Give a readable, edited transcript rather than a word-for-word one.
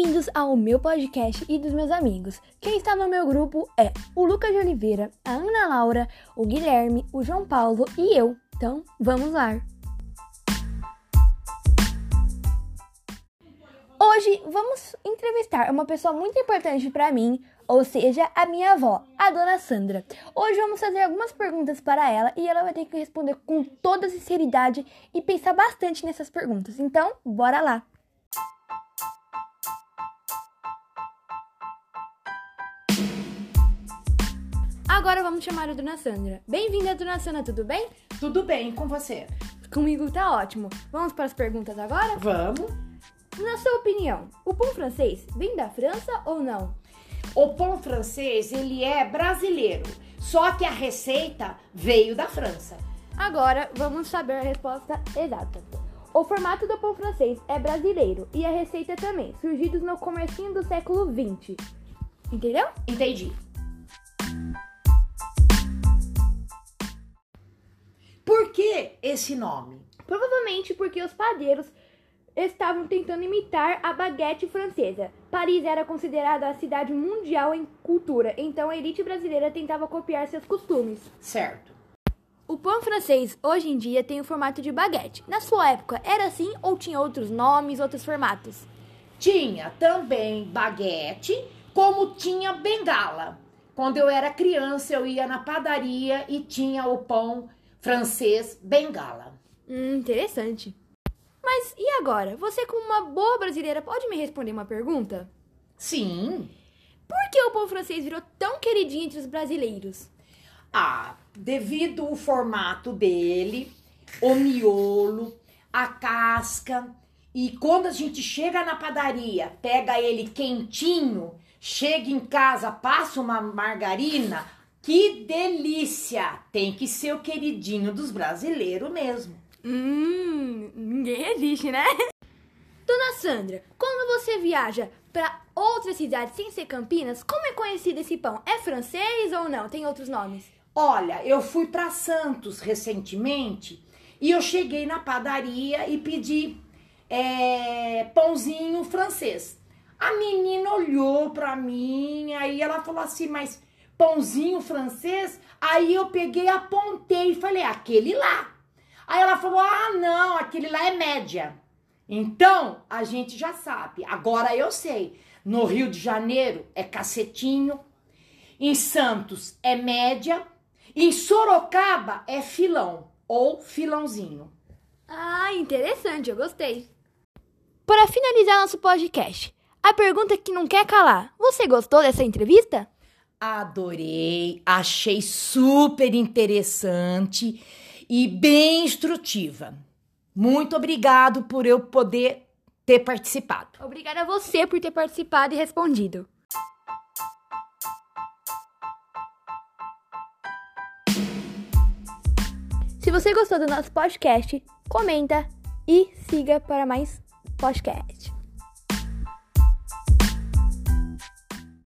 Bem-vindos ao meu podcast e dos meus amigos. Quem está no meu grupo é o Lucas de Oliveira, a Ana Laura, o Guilherme, o João Paulo e eu. Então, vamos lá! Hoje vamos entrevistar uma pessoa muito importante para mim, ou seja, a minha avó, a dona Sandra. Hoje vamos fazer algumas perguntas para ela e ela vai ter que responder com toda sinceridade e pensar bastante nessas perguntas. Então, bora lá! Agora vamos chamar a dona Sandra. Bem-vinda, dona Sandra, tudo bem? Tudo bem, com você? Comigo tá ótimo. Vamos para as perguntas agora? Vamos. Na sua opinião, o pão francês vem da França ou não? O pão francês, ele é brasileiro, só que a receita veio da França. Agora vamos saber a resposta exata. O formato do pão francês é brasileiro e a receita também, surgidos no comecinho do século XX. Entendeu? Entendi. Por que esse nome? Provavelmente porque os padeiros estavam tentando imitar a baguete francesa. Paris era considerada a cidade mundial em cultura, então a elite brasileira tentava copiar seus costumes. Certo. O pão francês hoje em dia tem o formato de baguete. Na sua época era assim ou tinha outros nomes, outros formatos? Tinha também baguete, como tinha bengala. Quando eu era criança, eu ia na padaria e tinha o pão francês bengala. Interessante. Mas e agora? Você, como uma boa brasileira, pode me responder uma pergunta? Sim. Por que o pão francês virou tão queridinho entre os brasileiros? Devido ao formato dele, o miolo, a casca. E quando a gente chega na padaria, pega ele quentinho, chega em casa, passa uma margarina, que delícia! Tem que ser o queridinho dos brasileiros mesmo. Ninguém resiste, né? Dona Sandra, quando você viaja para outra cidade sem ser Campinas, como é conhecido esse pão? É francês ou não? Tem outros nomes? Olha, eu fui para Santos recentemente e eu cheguei na padaria e pedi pãozinho francês. A menina olhou para mim, aí ela falou assim, mas pãozinho francês? Aí eu peguei, apontei e falei, aquele lá. Aí ela falou, não, aquele lá é média. Então, a gente já sabe. Agora eu sei. No Rio de Janeiro é cacetinho. Em Santos é média. Em Sorocaba é filão ou filãozinho. Interessante, eu gostei. Para finalizar nosso podcast, a pergunta que não quer calar. Você gostou dessa entrevista? Adorei, achei super interessante e bem instrutiva. Muito obrigado por eu poder ter participado. Obrigada a você por ter participado e respondido. Se você gostou do nosso podcast, comenta e siga para mais podcast.